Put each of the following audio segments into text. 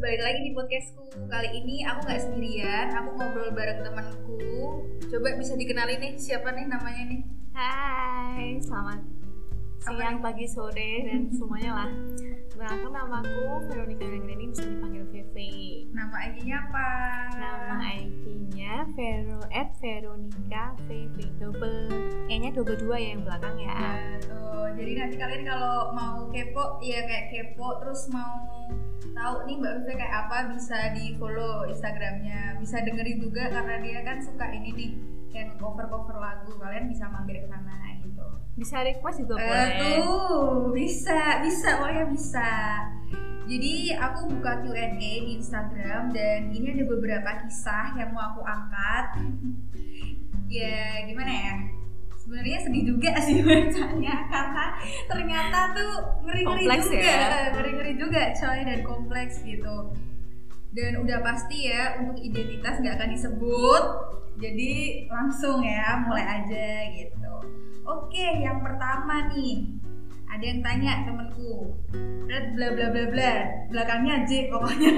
balik lagi di podcastku. Kali ini aku gak sendirian, aku ngobrol bareng temanku. Coba bisa dikenalin nih, siapa nih namanya nih? Hai, selamat siang, pagi, sore, dan semuanya lah. Perkenalkan, namaku Veronica Anggreni, bisa dipanggil Veve. Nama ID-nya apa? Nama ID-nya Veronica Veve, E-nya double 2 ya yang belakang ya. Ya tuh, jadi nanti kalian kalau mau kepo, ya kayak kepo, terus mau tahu nih Mbak Veve kayak apa, bisa di follow Instagramnya, bisa dengerin juga karena dia kan suka ini nih, kayak cover lagu, kalian bisa mampir ke sana gitu. Bisa request juga boleh. Tuh, bisa, pokoknya bisa. Jadi aku buka Q&A di Instagram dan ini ada beberapa kisah yang mau aku angkat. Ya gimana ya? Sebenarnya sedih juga sih bacanya karena ternyata tuh ngeri-ngeri juga, ngeri-ngeri juga coy, dan kompleks gitu. Dan udah pasti ya untuk identitas nggak akan disebut. Jadi langsung ya mulai aja gitu. Oke, yang pertama nih, ada yang tanya temenku, bla bla bla bla, belakangnya J pokoknya.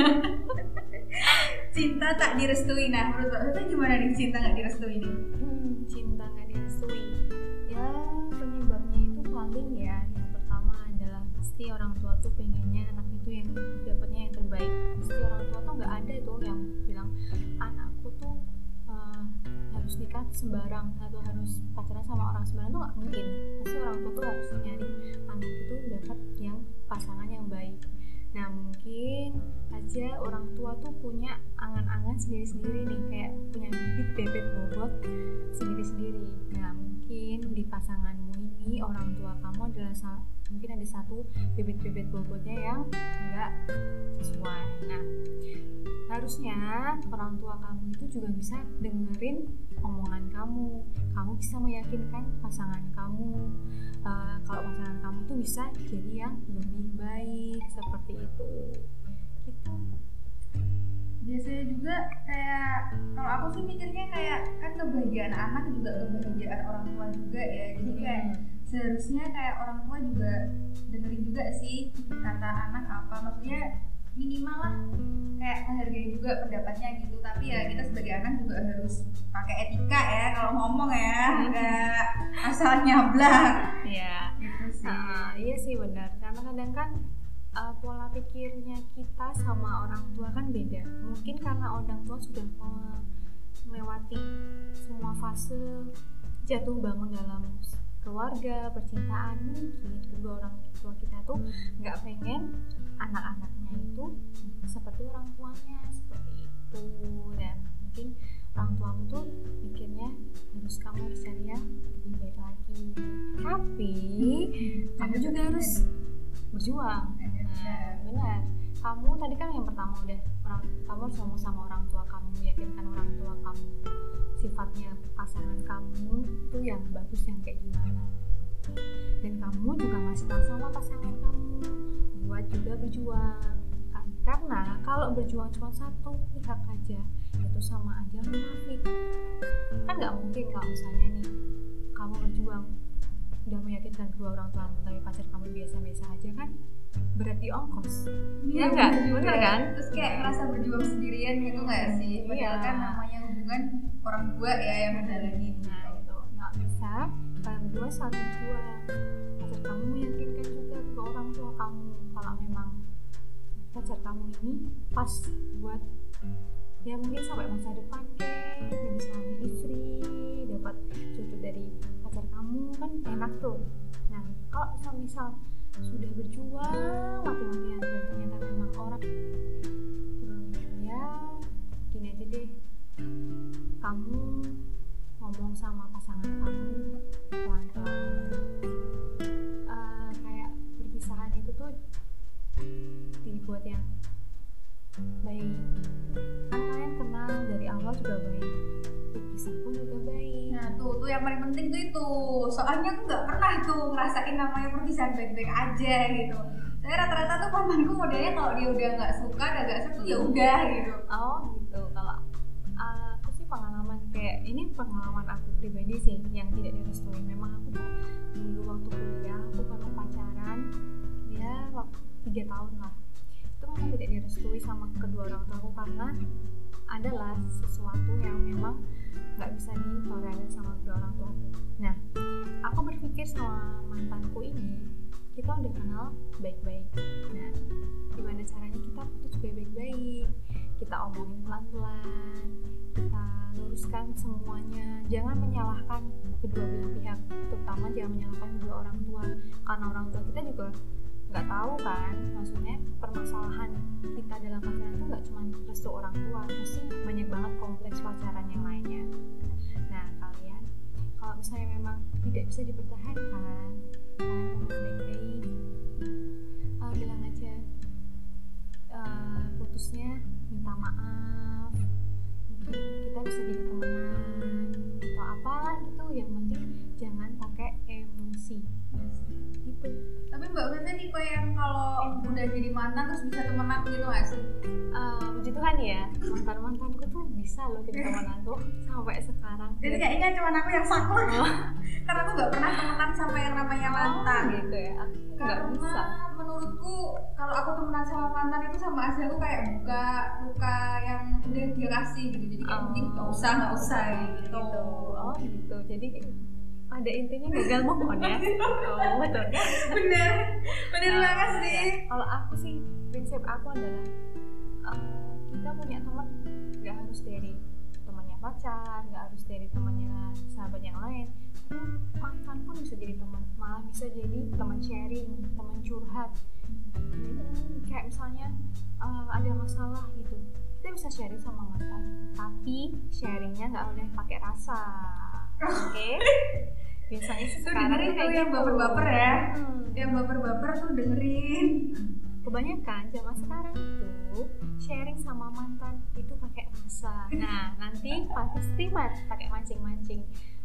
Cinta tak direstui. Nah, menurut Mbak Veve gimana nih cinta nggak direstui nih? Cinta nggak direstui. Ya penyebabnya itu paling ya, yang pertama adalah pasti orang tua tuh pengennya anak itu yang dapatnya yang terbaik. Pasti orang tua tuh nggak ada tuh yang bilang anakku tuh harus nikah sembarang atau harus pacaran sama orang sembarang, tuh nggak mungkin. Pasti orang tua tuh harus nyari anak itu dapat yang pasangan yang baik. Nah mungkin aja orang tua tuh punya angan-angan sendiri-sendiri nih, kayak punya bibit bobot sendiri-sendiri. Nah mungkin di pasanganmu ini orang tua kamu adalah mungkin ada satu bibit bobotnya yang enggak sesuai. Nah harusnya orang tua kamu itu juga bisa dengerin omongan kamu. Kamu bisa meyakinkan pasangan kamu kalau pasangan kamu tuh bisa jadi yang lebih baik, seperti itu gitu. Biasanya juga kayak kalau aku sih mikirnya kayak kan kebahagiaan anak juga kebahagiaan orang tua juga ya. Jadi kayak seharusnya kayak orang tua juga dengerin juga sih kata anak apa, maksudnya minimal lah kayak menghargai juga pendapatnya gitu. Tapi ya kita sebagai anak juga harus pakai etika ya kalau ngomong ya, nggak asal nyablak. Iya. Gitu sih. Iya sih benar. Karena kadang kan pola pikirnya kita sama orang tua kan beda. Mungkin karena orang tua sudah melewati semua fase jatuh bangun dalam keluarga, percintaan. Mungkin kedua orang tua kita tuh nggak pengen anak-anaknya itu seperti orang tuanya, seperti itu. Dan mungkin orang tuamu tuh mikirnya kamu harus cari yang lebih baik lagi, tapi kamu juga harus berjuang. Nah, benar. Kamu tadi kan yang pertama udah kamu harus ngomong sama orang tua kamu, meyakinkan orang tua kamu sifatnya pasangan kamu tuh yang bagus yang kayak gimana. Dan kamu juga ngasih tahu sama pasangan kamu buat juga berjuang. Karena kalau berjuang cuma satu pihak aja itu sama aja munafik. Kan nggak mungkin kalau misalnya nih kamu berjuang udah meyakinkan kedua orang tua tapi pacar kamu biasa-biasa aja, kan berarti ongkos. Ya nggak, bener kan? Terus kayak ngerasa berjuang sendirian gitu nggak sih? Padahal kan namanya hubungan orang tua ya yang menjalani. Nah itu nggak bisa. Kalian berdua saling berjuang. Pacar kamu meyakinkan juga ke orang tua kamu kalau memang pacar kamu ini pas buat ya mungkin sampai masa depan jadi suami istri, dapat cucu dari pacar kamu, kan enak tuh. Nah kalau misal sudah berjuang mati-matian dan ternyata memang orang ya gini aja deh, kamu ngomong sama pasangan kamu pelan-pelan, kayak perpisahan itu tuh dibuat yang baik. Kan kalian kenal dari awal juga baik, berpisah pun juga baik. Nah tuh yang paling penting tuh itu. Soalnya aku nggak pernah tuh ngerasain namanya perpisahan baik-baik aja gitu. Saya rata-rata tuh pamanku modelnya kalau dia udah nggak suka, udah nggak seru ya udah gitu. Oh gitu. Kalau aku sih pengalaman kayak ini pengalaman aku pribadi sih yang tidak direstui. Memang aku tuh dulu waktu kuliah aku pernah pacaran ya waktu 3 tahun lah. itu memang tidak direstui sama kedua orang tuaku karena adalah sesuatu yang memang nggak bisa ditolerir sama kedua orang tuaku. Nah, aku berpikir sama mantanku ini kita udah kenal baik-baik. Nah, gimana caranya kita putus juga baik-baik, kita omongin pelan-pelan, kita luruskan semuanya, jangan menyalahkan kedua belah pihak, terutama jangan menyalahkan kedua orang tua, karena orang tua kita juga nggak tahu kan, maksudnya permasalahan kita dalam pacaran itu nggak cuma restu orang tua, pasti banyak banget kompleks pacaran yang lainnya. Nah, kalian kalau misalnya memang tidak bisa dipertahankan, kalian ngomong baik-baik, bilang aja putusnya, minta maaf, mungkin kita bisa jadi temenan atau apalah gitu, yang penting jangan pakai emosi gitu. Tapi Mbak Feve tipe yang kalau udah jadi mantan terus bisa temenan gitu gak sih? Puji Tuhan ya, mantanku tuh bisa loh jadi teman aku sampai sekarang. Jadi kayaknya cuma aku yang saklek. Karena aku gak pernah temenan sama yang namanya mantan gitu ya. Aku karena bisa. Menurutku kalau aku temenan sama mantan itu sama aja aku kayak buka luka yang udah dia kasih gitu. Jadi kayak mending gak usah gitu. Oh gitu. Jadi pada intinya gagal move on ya. Oh betul. Bener banget sih. Ya. Kalau aku sih prinsip aku adalah kita punya teman nggak harus dari temannya pacar, nggak harus dari temannya sahabat yang lain. Mantan pun bisa jadi teman, malah bisa jadi teman sharing, teman curhat. Kayak misalnya ada masalah gitu, kita bisa sharing sama mantan, tapi sharingnya nggak boleh pakai rasa. Oke? Biasanya sekarang dengerin tuh kayak yang gitu. baper-baper ya. Yang baper-baper tuh dengerin. Kebanyakan zaman sekarang itu sharing sama mantan itu pakai rasa. Nah, nanti pasti pakai mancingnya.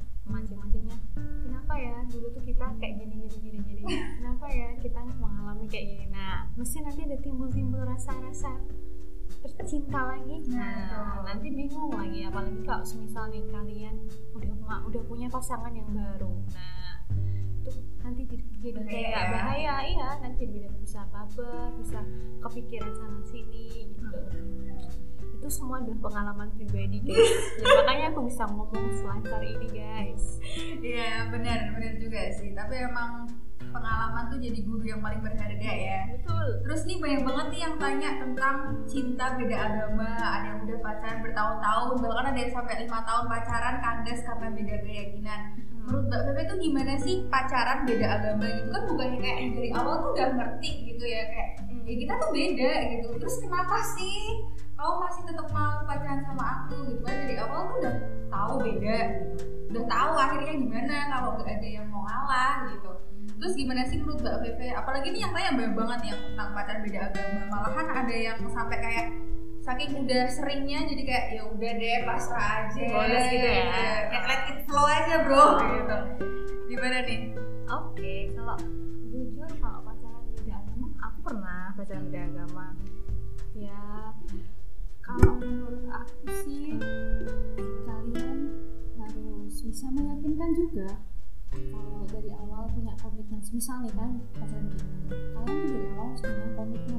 Kenapa ya dulu tuh kita kayak gini. Kenapa ya kita mengalami kayak gini. Nah, mesti nanti ada timbul rasa-rasa terus cinta lagi. Nah, nanti bingung lagi, apalagi kalau semisal nih kalian udah punya pasangan yang baru. Nah, tuh nanti jadi kayak bahaya, iya, nanti jadi bisa baper, bisa kepikiran sana sini gitu. Itu semua adalah pengalaman pribadi guys. Ya, makanya aku bisa ngomong selancar ini guys. Iya benar juga sih. Tapi emang pengalaman tuh jadi guru yang paling berharga ya. Betul. Terus nih banyak banget nih yang tanya tentang cinta beda agama. Ada yang udah pacaran bertahun-tahun, bahkan ada yang sampai 5 tahun pacaran kandas karena beda keyakinan. Menurut Mbak Feve tuh gimana sih pacaran beda agama gitu? Kan bukannya kayak dari awal tuh udah ngerti gitu ya, kayak ya kita tuh beda gitu. Terus kenapa sih kamu masih tetap mau pacaran sama aku gitu kan? Dari awal tuh udah tahu beda gitu. Udah tahu akhirnya gimana kalau gak ada yang mau ngalah gitu. Terus gimana sih menurut Mbak Feve? Apalagi ini yang tanya banyak banget yang tentang pacaran beda agama. Malahan ada yang sampai kayak saking udah seringnya jadi kayak ya udah deh pasrah aja. Bolos gitu ya. Kayak let it flow aja bro. Gitu. Gimana nih? Oke, kalau jujur kalau pacaran beda agama, aku pernah pacaran beda agama. Ya, kalau menurut aku sih kalian harus bisa meyakinkan juga. Kalau dari awal punya komitmen, misal nih kan pacaran beda agama, kalian tuh dari awal harus punya komitmen.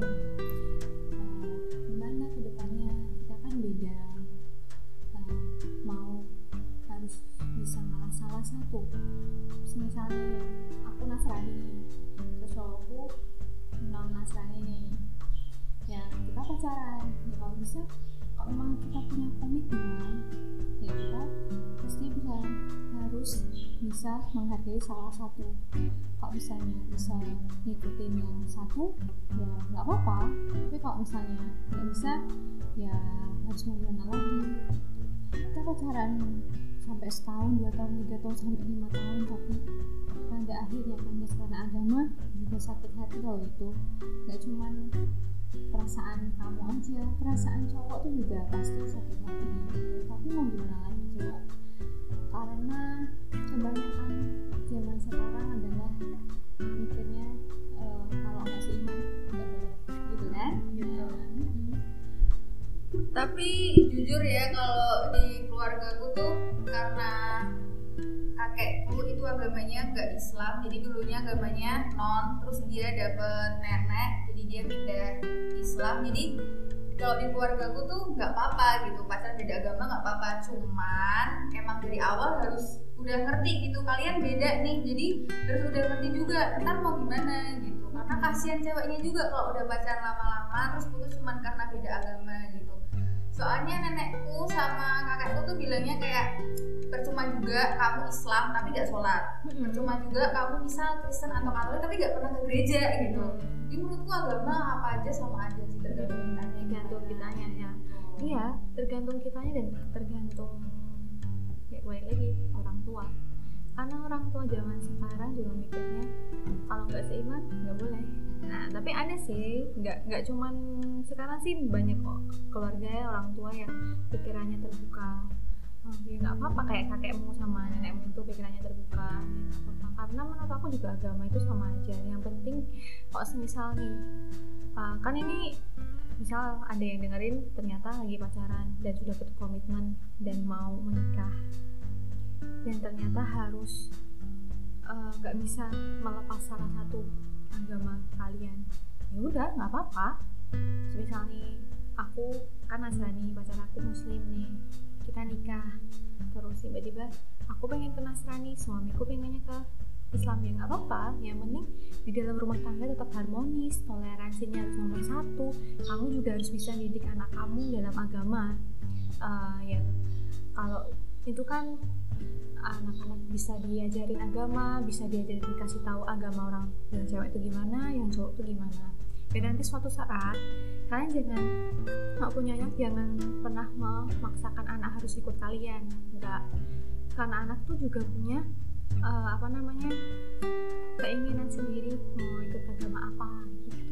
Gimana kedepannya kita kan beda, mau harus bisa ngalah salah satu. Misalnya aku Nasrani, terus cowokku non Nasrani nih, ya kita pacaran. Ya kalau bisa, kalau memang kita punya komitmen, ya kita pasti harus bisa menghargai salah satu. Kalau misalnya bisa ngikutin yang satu, ya nggak apa-apa. Tapi kalau misalnya nggak bisa, ya harus mengenal lagi. Kita pacaran sampai setahun, 2 tahun, 3 tahun, sampai 5 tahun, tapi pada akhirnya kandas karena agama, juga sakit hati loh itu. Gak cuman perasaan kamu aja, perasaan cowok tuh juga pasti sakit hati. Tapi mau gimana lagi coba? Karena kebanyakan zaman sekarang adalah mikirnya kalau nggak seiman nggak boleh, gitu kan? Gitu. Tapi jujur ya kalau di keluargaku tuh karena kakek kakekku itu agamanya nggak Islam, jadi dulunya agamanya non, terus dia dapet nenek, jadi dia pindah Islam. Jadi kalau di keluargaku tuh nggak apa-apa gitu, pacaran beda agama nggak apa-apa, cuman emang dari awal harus udah ngerti gitu, kalian beda nih, jadi harus udah ngerti juga ntar mau gimana gitu, karena kasihan ceweknya juga kalau udah pacaran lama-lama terus putus cuman karena beda agama gitu. Soalnya nenekku sama kakekku tuh bilangnya kayak percuma juga kamu Islam tapi gak sholat, percuma juga kamu misal Kristen atau Katolik tapi gak pernah ke gereja gitu. Jadi menurutku agama apa aja sama aja sih, tergantung kitanya ya. Iya, tergantung kitanya dan tergantung ya balik lagi orang tua. Karena orang tua zaman sekarang juga mikirnya kalau nggak seiman nggak boleh. Nah, tapi ada sih, nggak cuman sekarang sih, banyak kok keluarga ya orang tua yang pikirannya terbuka. Ya nggak apa-apa, kayak kakekmu sama nenekmu itu pikirannya terbuka, ya nggak apa-apa. Karena menurut aku juga agama itu sama aja. Yang penting kok semisal nih, kan ini misal ada yang dengerin ternyata lagi pacaran dan sudah berkomitmen dan mau menikah, dan ternyata harus nggak bisa melepas salah satu agama kalian, ya udah nggak apa-apa. Misal nih aku kan Nasrani, pacar aku Muslim nih, kita nikah terus tiba-tiba aku pengen ke Nasrani, suamiku pengennya ke Islam, ya nggak apa-apa. Yang penting di dalam rumah tangga tetap harmonis, toleransinya harus nomor satu. Kamu juga harus bisa didik anak kamu dalam agama. Ya kalau itu kan anak-anak bisa diajarin agama, bisa diajarin, dikasih tahu agama orang yang cewek itu gimana, yang cowok itu gimana. Dan nanti suatu saat kalian jangan punya anak, jangan pernah memaksakan anak harus ikut kalian, enggak. Karena anak tuh juga punya keinginan sendiri mau ikut agama apa gitu.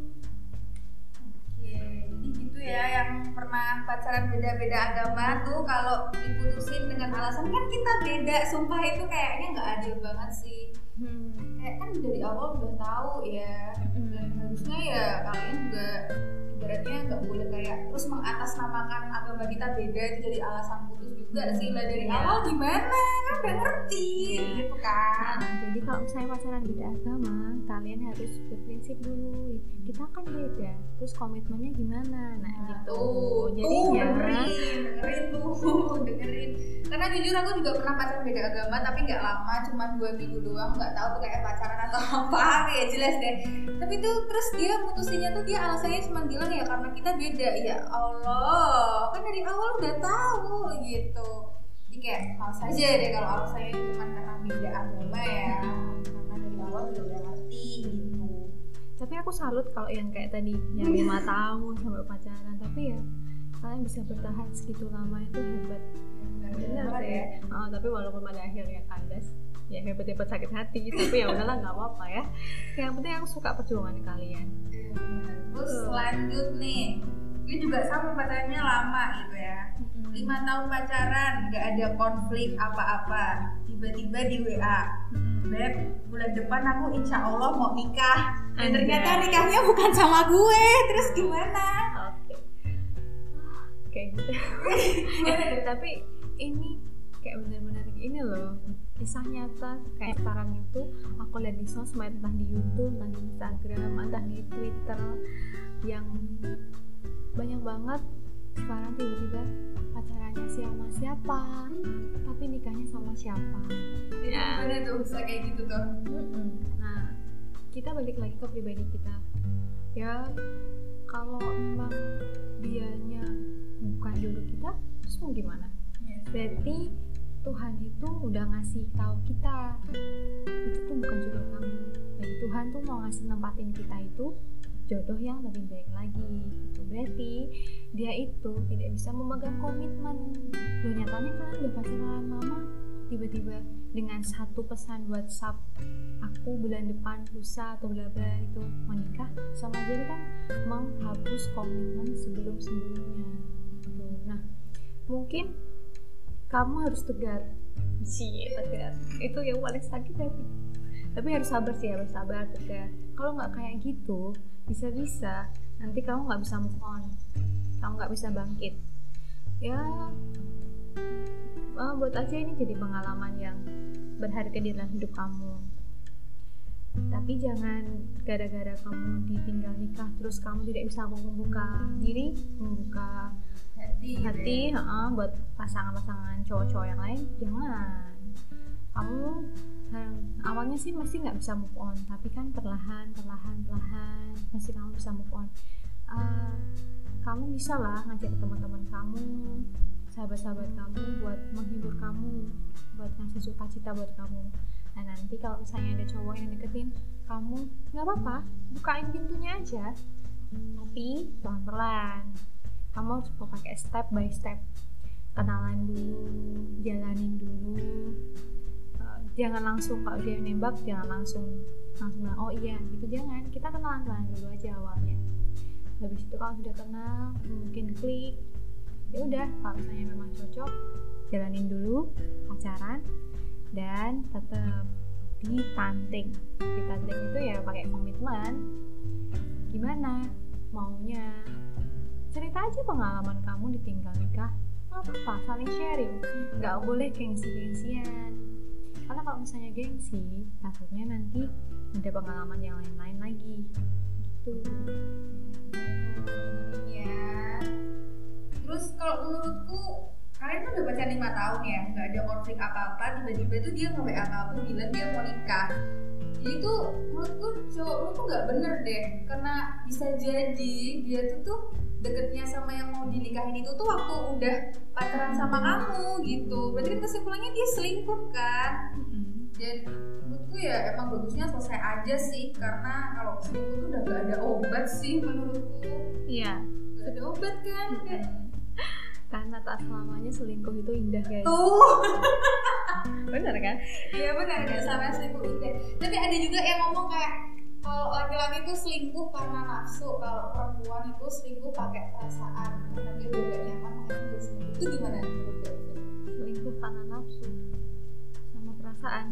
Oke, jadi gitu ya, yang pernah pacaran beda-beda agama tuh kalau diputusin dengan alasan kan kita beda, sumpah itu kayaknya nggak adil banget sih. Kayak kan dari awal udah tahu ya, dan harusnya ya kalian juga ibaratnya nggak boleh kayak terus mengatasnamakan agama kita beda itu jadi alasan putus juga sih lah. Dari awal gimana kan udah ngerti gitu kan. Jadi kalau misalnya pacaran beda agama, kalian harus berprinsip dulu, kita kan beda, terus komitmennya gimana. Nah gitu. Jadinya dengerin. Karena jujur aku juga pernah pacaran beda agama tapi nggak lama, cuma 2 minggu doang, nggak tahu tuh kayak pacaran atau apa ya, jelas deh. Tapi tuh terus dia mutusinnya tuh dia alasannya cuma bilang ya karena kita beda. Ya Allah, kan dari awal udah tahu gitu. Jadi kayak males aja deh kalau alasannya cuma karena beda agama ya, karena dari awal udah ngerti gitu. Tapi aku salut kalau yang kayak tadi yang 5 tahun sampai pacaran, tapi ya kalian bisa bertahan segitu lama itu hebat. Benar sih. Tapi walaupun pada akhirnya kandas, ya hebat-hebat sakit hati, tapi ya udahlah nggak apa-apa ya. Yang penting aku suka perjuangan kalian. Terus lanjut nih, dia juga sama pacarnya lama gitu ya, 5 tahun pacaran, nggak ada konflik apa-apa. Tiba-tiba di WA, Beb, bulan depan aku insya Allah mau nikah. Dan ternyata nikahnya bukan sama gue. Terus gimana? Oke. Tapi ini kayak benar-benar ini loh, kisah nyata. Kayak sekarang itu aku lihat di sosmed, entah di YouTube, entah di Instagram, entah di Twitter, yang banyak banget sekarang tiba-tiba pacarannya sama siapa, tapi nikahnya sama siapa. Ya, ada tuh bisa kayak gitu tuh. Nah, kita balik lagi ke pribadi kita. Ya, kalau memang dianya bukan jodoh kita, terus mau gimana? Berarti Tuhan itu udah ngasih tahu kita itu tuh bukan jodoh kamu. Jadi Tuhan tuh mau ngasih nempatin kita itu jodoh yang lebih baik lagi gitu. Berarti dia itu tidak bisa memegang komitmen. Loh, nyatanya kan udah pacaran lama, tiba-tiba dengan satu pesan WhatsApp, aku bulan depan lusa atau bla bla itu menikah, sama jadi kan menghapus komitmen sebelumnya gitu. Nah, mungkin kamu harus tegar itu yang paling sakit hati. Tapi harus sabar sih, harus sabar, tegar. Kalau nggak kayak gitu, bisa-bisa nanti kamu nggak bisa move on, kamu nggak bisa bangkit ya. Buat aja ini jadi pengalaman yang berharga di dalam hidup kamu. Tapi jangan gara-gara kamu ditinggal nikah terus kamu tidak bisa membuka diri, membuka hati buat pasangan-pasangan cowok-cowok yang lain. Jangan. Kamu awalnya sih masih nggak bisa move on, tapi kan perlahan masih kamu bisa move on. Kamu bisa lah ngajak teman-teman kamu, sahabat-sahabat kamu buat menghibur kamu, buat ngasih sukacita buat kamu. Nah nanti kalau misalnya ada cowok yang deketin kamu, nggak apa-apa, bukain pintunya aja, tapi pelan-pelan. Kamu coba pakai step by step, kenalan dulu, jalanin dulu. Jangan langsung kalau dia nembak, jangan langsung bilang oh iya gitu, jangan. Kita kenalan dulu aja awalnya. Habis itu kalau sudah kenal, mungkin klik, ya udah. Kalau misalnya memang cocok, jalanin dulu pacaran dan tetap ditanting. Ditanting itu ya pakai komitmen. Gimana maunya? Cerita aja pengalaman kamu ditinggal nikah, nggak apa-apa, saling sharing. Nggak boleh gengsi-gengsian. Karena kalau misalnya gengsi, takutnya nanti ada pengalaman yang lain-lain lagi. Gitu. Ya. Terus kalau menurutku, kalian tuh udah pacaran 5 tahun ya, nggak ada konflik apa-apa, tiba-tiba tuh dia nge-WA kamu bilang dia mau nikah. Jadi tuh menurutku cowok lu tuh nggak bener deh, karena bisa jadi dia tuh deketnya sama yang mau dinikahin itu tuh waktu udah pacaran sama kamu gitu. Berarti kan kesimpulannya dia selingkuh kan. Dan menurutku ya emang bagusnya selesai aja sih, karena kalau selingkuh tuh udah gak ada obat sih menurutku. Iya, gak ada obat kan. Karena tak selamanya selingkuh itu indah guys. Tuh Bener kan? Iya benar, gak sama selingkuh indah. Tapi ada juga yang ngomong kayak kalau laki-laki itu selingkuh karena nafsu, kalau perempuan itu selingkuh pakai perasaan, karena dia udah gak nyaman makanya dia selingkuh. Itu gimana menurut gue? Selingkuh karena nafsu sama perasaan.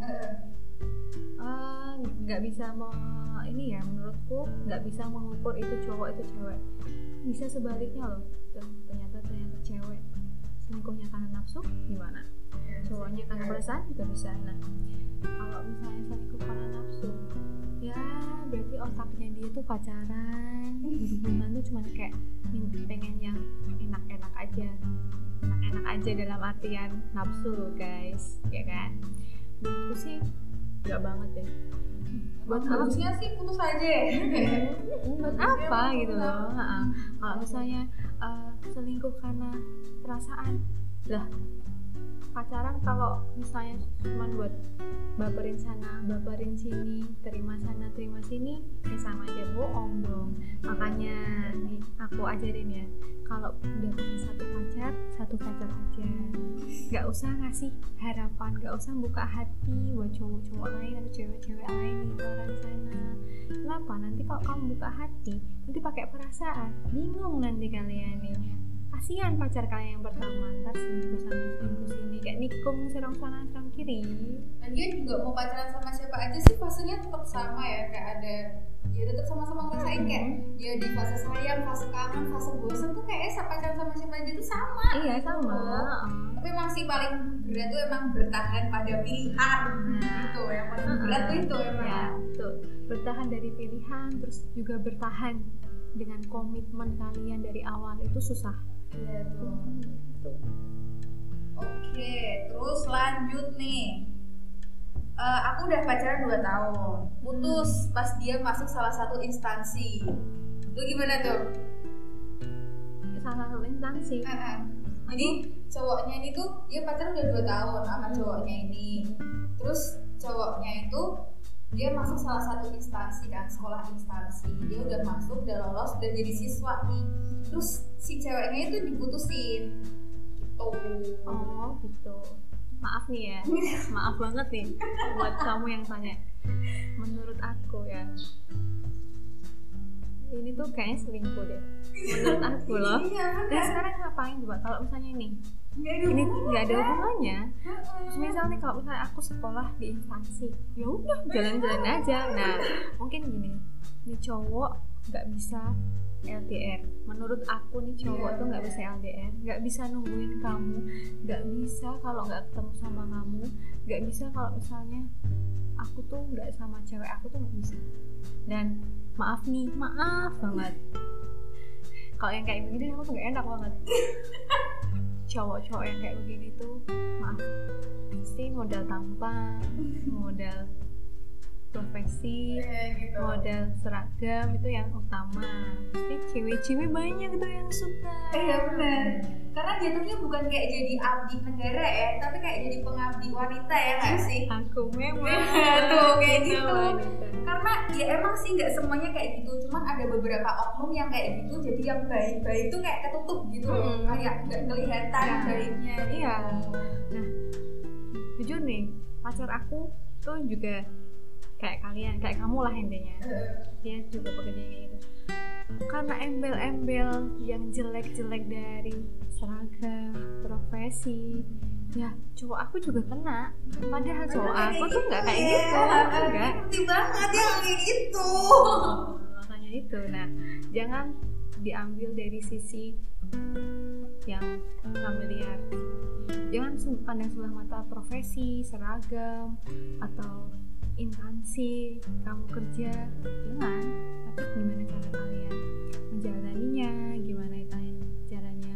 Nggak bisa ini ya, menurutku nggak bisa mengukur itu cowok itu cewek. Bisa sebaliknya loh. Ternyata cewek selingkuhnya karena nafsu gimana? Cowoknya karena perasaan juga bisa. Nah kalau misalnya selingkuh karena nafsu, ya berarti otaknya dia tuh pacaran, hubungan tuh cuma kayak pengen yang enak-enak aja dalam artian nafsu loh guys, ya kan? Menurutku sih enggak banget deh. Buat bagusnya sih putus aja ya. Buat apa gitu loh. Kalau misalnya selingkuh karena perasaan lah, pacaran kalau misalnya cuma buat baperin sana, baperin sini, terima sana, terima sini, ya sama aja bohong dong. Makanya nih aku ajarin ya, kalau udah punya satu pacar aja, nggak usah ngasih harapan, nggak usah buka hati buat cowok-cowok lain atau cewek-cewek lain di luar sana. Kenapa? Nanti kalau kamu buka hati, nanti pakai perasaan, bingung nanti kalian nih. Kasihan pacar kalian yang pertama, ntar selingkuh sana selingkuh sini, kayak nikung serong sana serong kiri. Dan dia juga mau pacaran sama siapa aja sih, fasenya tetap sama ya, kayak ada ya tetap sama-sama ngerasain kayak ya di fase sayang, fase kangen, fase bosan tuh kayak pacaran sama siapa aja tuh sama. Iya sama. Tapi masih paling berat tuh emang bertahan pada pilihan. Gitu yang paling berat tuh itu emang. Ya, tuh bertahan dari pilihan, terus juga bertahan dengan komitmen kalian dari awal itu susah. Iya tuh. Oke, terus lanjut nih. Aku udah pacaran 2 tahun, putus pas dia masuk salah satu instansi. Itu gimana tuh? Salah satu instansi. Jadi cowoknya ini tuh dia pacaran udah 2 tahun sama cowoknya ini. Terus cowoknya itu dia masuk salah satu instansi kan, sekolah instansi. Dia udah masuk, udah lolos, udah jadi siswa nih. Terus si ceweknya itu diputusin. Oh gitu. Maaf nih ya, maaf banget nih buat kamu yang tanya. Menurut aku ya, ini tuh kayaknya selingkuh deh. Menurut aku loh. Dan sekarang ngapain coba kalau misalnya ini nggak ada hubungannya. Terus misalnya kalau misalnya aku sekolah di instansi, ya udah jalan-jalan aja. Nah mungkin gini, ini cowok nggak bisa LDR. Menurut aku nih cowok tuh nggak bisa LDR, nggak bisa nungguin kamu, nggak bisa kalau nggak ketemu sama kamu, nggak bisa kalau misalnya aku tuh nggak sama cewek aku tuh nggak bisa. Dan maaf banget kalau yang kayak begini aku tuh nggak enak banget. Cowok-cowok yang kayak begini tuh maaf pasti modal tampang, modal profesi, gitu. model seragam itu yang utama. Pasti cewek-cewek banyak tuh yang suka. Iya benar. Karena jatuhnya bukan kayak jadi abdi negara ya, tapi kayak jadi pengabdi wanita ya nggak sih? Aku memang Tuh kayak gitu. wanita. Karena ya emang sih nggak semuanya kayak gitu, cuman ada beberapa oknum yang kayak gitu. Jadi yang baik-baik tuh kayak ketutup gitu loh, kayak nggak kelihatan baiknya. Iya. Nah, jujur nih, pacar aku tuh juga kayak kalian, kayak kamu lah intinya. Dia juga bekerja kayak gitu. Karena embel-embel yang jelek-jelek dari seragam, profesi, ya cowok aku juga kena. Padahal cowok aku tuh nggak kayak gitu, enggak. Ngerti banget ya kayak gitu. Makanya itu. Nah, jangan diambil dari sisi yang familiar. Jangan pandang sebelah mata profesi, seragam, atau instansi kamu kerja. Jangan. Tapi gimana cara kalian menjalaninya, gimana caranya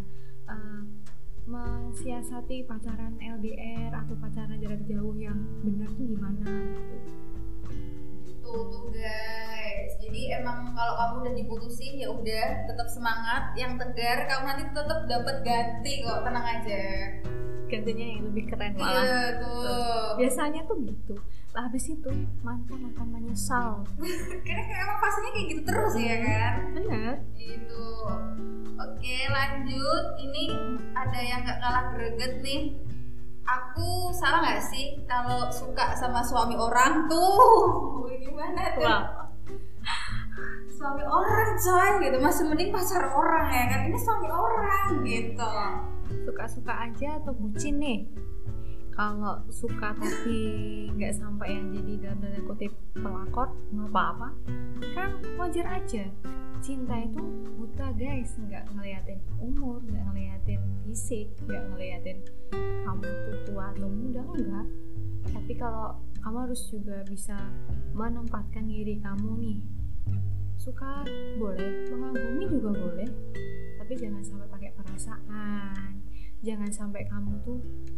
mensiasati pacaran LDR atau pacaran jarak jauh yang benar tuh gimana gitu. Tuh guys, jadi emang kalau kamu udah diputusin ya udah tetap semangat, yang tegar, kamu nanti tetap dapat ganti kok, tenang aja. Gantinya yang lebih keren malah. Iya tuh. Biasanya tuh gitu. Lah habis itu mantan akan menyesal. Karena emang fasenya kayak gitu terus ya kan. Benar. Itu. Oke lanjut, ini ada yang gak kalah greget nih. Aku salah gak sih kalau suka sama suami orang tuh? Gimana tuh? Wow. Suami orang coy gitu, masih mending pacar orang ya kan, ini suami orang gitu. Suka-suka aja atau bucin nih? Kalau suka tapi nggak sampai yang jadi dalam tanda kutip pelakor, nggak apa-apa, kan wajar aja. Cinta itu buta guys, nggak ngeliatin umur, nggak ngeliatin fisik, nggak ngeliatin kamu tuh tua atau muda, enggak. Tapi kalau kamu harus juga bisa menempatkan diri kamu nih. Suka boleh, mengagumi juga boleh, tapi jangan sampai pakai perasaan. Jangan sampai kamu tuh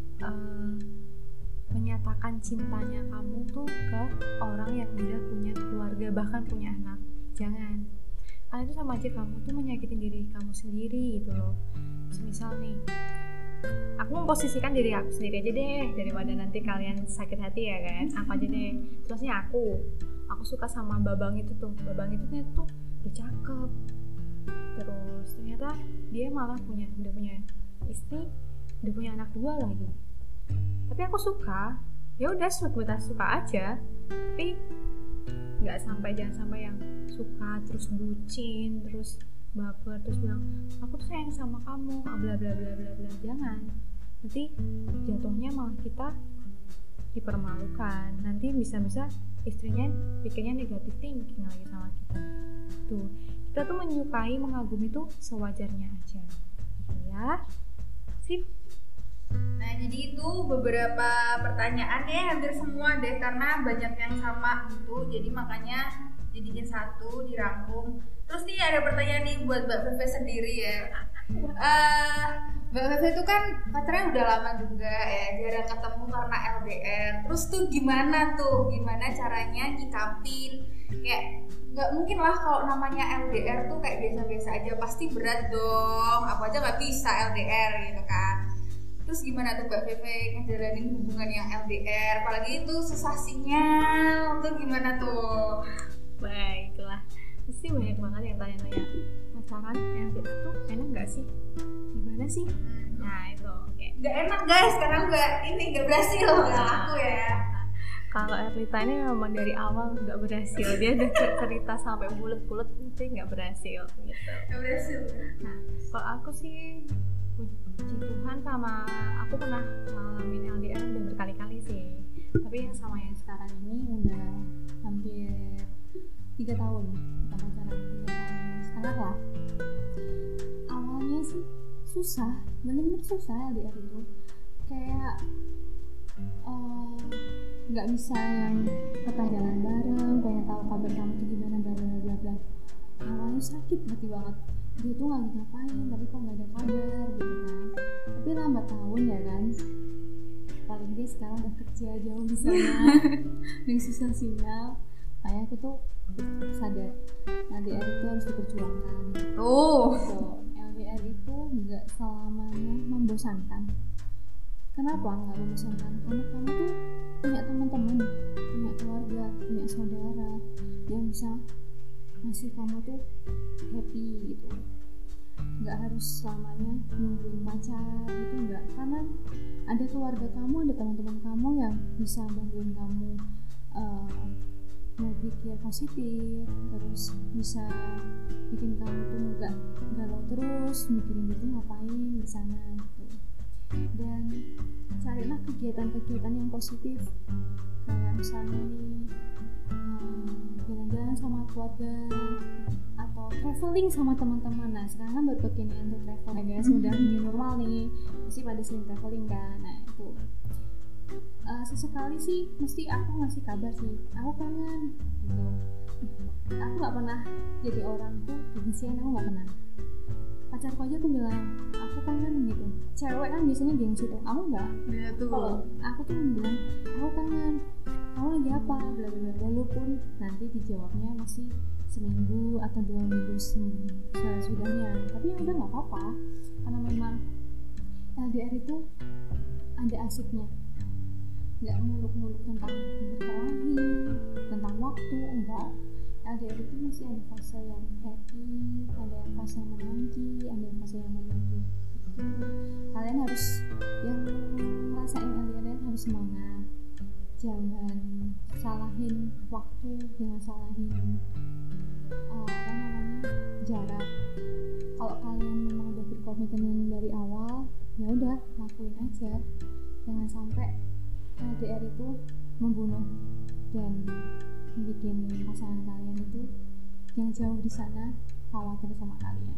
menyatakan cintanya kamu tuh ke orang yang udah punya keluarga, bahkan punya anak. Jangan. Karena itu sama aja kamu tuh menyakitin diri kamu sendiri gitu loh. Misal nih, aku memposisikan diri aku sendiri aja deh, daripada nanti kalian sakit hati ya kan. Aku aja deh. Terusnya aku suka sama Babang itu tuh. Babang itu ternyata tuh udah cakep. Terus ternyata dia malah udah punya istri, udah punya anak 2 lagi. Tapi aku suka, ya udah suka aja. Tapi jangan sampai yang suka terus bucin, terus baper, terus bilang aku tuh sayang sama kamu, bla bla bla bla bla. Jangan. Nanti jatuhnya malah kita dipermalukan. Nanti bisa-bisa istrinya pikirnya negatif thinking lagi sama kita. Tuh, kita tuh menyukai, mengagumi tuh sewajarnya aja. Gitu ya. Sip. Nah jadi itu beberapa pertanyaan ya, hampir semua deh karena banyak yang sama gitu, jadi makanya jadiin satu, dirangkum. Terus nih ada pertanyaan nih buat Mbak Feve sendiri ya. Mbak Feve itu kan pacarnya udah lama juga ya, jarang ketemu karena LDR. Terus tuh gimana caranya nyikapin, kayak nggak mungkin lah kalau namanya LDR tuh kayak biasa-biasa aja, pasti berat dong. Aku aja nggak bisa LDR gitu kan. Terus gimana tuh Mbak Feve ngejalanin hubungan yang LDR, apalagi itu susah sinyal, tuh gimana tuh? Baiklah, pasti banyak banget yang tanya-tanya pacaran LDR tuh enak nggak sih? Gimana sih? Nah itu oke. Nggak enak guys, karena nggak berhasil nggak aku ya. Kalau Erlita ini memang dari awal nggak berhasil, dia udah cerita sampai bulet-bulet nanti nggak berhasil gitu. Nggak berhasil. Nah kalau aku sih puji Tuhan sama aku pernah ngalamin LDR udah berkali-kali sih, tapi yang sama yang sekarang ini udah hampir 3 tahun kita pacaran, 3 tahun setengah lah. Awalnya sih susah, bener-bener susah LDR itu, kayak nggak bisa yang kita jalan bareng, pengen tahu kabar kamu tuh gimana, bla bla bla bla. Awalnya sakit hati banget, dia tuh lagi ngapain tapi kok nggak ada kabar gitu kan. Tapi lambat tahun ya kan, paling dia sekarang udah kerja jauh di sana dengan susah sinyal. Kayak aku tuh sadar LDR itu harus diperjuangkan. So, LDR itu nggak selamanya membosankan. Kenapa nggak membosankan? Karena kamu tuh punya teman-teman, punya keluarga, punya saudara yang bisa ngasih kamu tuh happy gitu. Nggak harus selamanya nungguin pacar gitu, nggak. Karena ada keluarga kamu, ada teman-teman kamu yang bisa bantuin kamu berpikir positif, terus bisa bikin kamu tuh nggak galau terus mikirin gitu ngapain di sana gitu. Dan carilah kegiatan-kegiatan yang positif, kayak misalnya nih jalan-jalan sama keluarga atau traveling sama teman-teman. Nah sekarang kan baru kekinian untuk travel ya guys, udah new normal nih, pasti pada sering traveling kan. Nah itu sesekali sih mesti aku ngasih kabar sih, aku kangen gitu. Aku nggak pernah jadi orang tuh gengsian, aku nggak pernah. Pacarku aja tuh bilang aku kangen gitu. Cewek kan biasanya gengsi tuh, aku nggak. Ya, kalau aku tuh bilang aku kangen, kamu lagi apa, bla bla bla. Walaupun nanti dijawabnya masih seminggu atau 2 minggu sesudahnya, tapi ya udah nggak apa-apa, karena memang LDR itu ada asiknya. Nggak muluk-muluk tentang berkelahi, tentang waktu, enggak. LDR itu masih ada fase yang happy, ada yang fase yang menanti, ada yang fase yang menunggu. Kalian harus, yang ngerasain LDR harus semangat, jangan salahin waktu, jangan salahin jarak. Kalau kalian memang udah berkomitmen dari awal, ya udah lakuin aja, jangan sampai LDR itu membunuh dan bikin pasangan kalian itu yang jauh di sana khawatir sama kalian.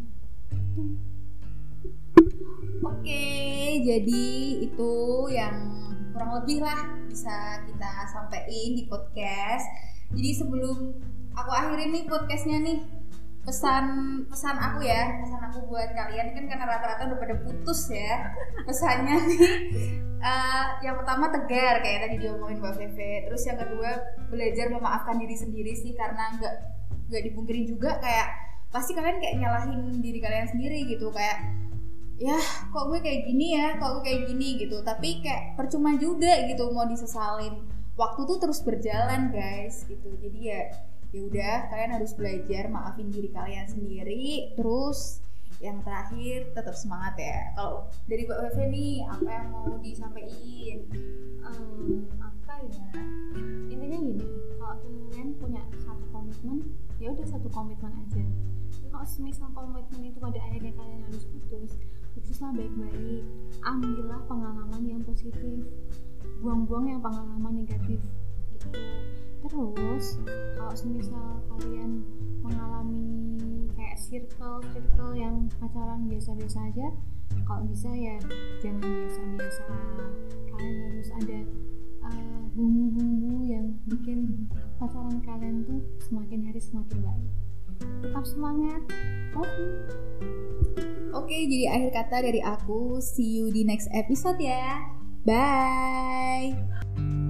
Oke, jadi itu yang kurang lebih lah bisa kita sampaikan di podcast. Jadi sebelum aku akhirin nih podcastnya nih, pesan aku buat kalian kan, karena rata-rata udah pada putus ya pesannya nih. Yang pertama tegar kayak tadi diomongin Mbak Feve. Terus yang kedua belajar memaafkan diri sendiri sih, karena nggak dipungkiri juga kayak pasti kalian kayak nyalahin diri kalian sendiri gitu, kayak ya kok gue kayak gini ya, kok gue kayak gini gitu. Tapi kayak percuma juga gitu mau disesalin, waktu tuh terus berjalan guys gitu. Jadi ya udah, kalian harus belajar maafin diri kalian sendiri. Terus yang terakhir tetap semangat ya. Kalau dari Mbak Feve nih, apa yang mau disampaikan? Apa ya, intinya gini, kalau kalian punya satu komitmen, ya udah satu komitmen aja. Tapi kalau semisal komitmen itu pada akhirnya kalian harus putuslah baik-baik, ambillah pengalaman yang positif, buang-buang yang pengalaman negatif gitu. Terus kalau semisal kalian mengalami kayak circle yang pacaran biasa-biasa aja, kalau bisa ya jangan biasa-biasa. Kalian harus ada bumbu-bumbu yang bikin pacaran kalian tuh semakin hari semakin baik. Tetap semangat. Oke, jadi akhir kata dari aku, see you di next episode ya. Bye.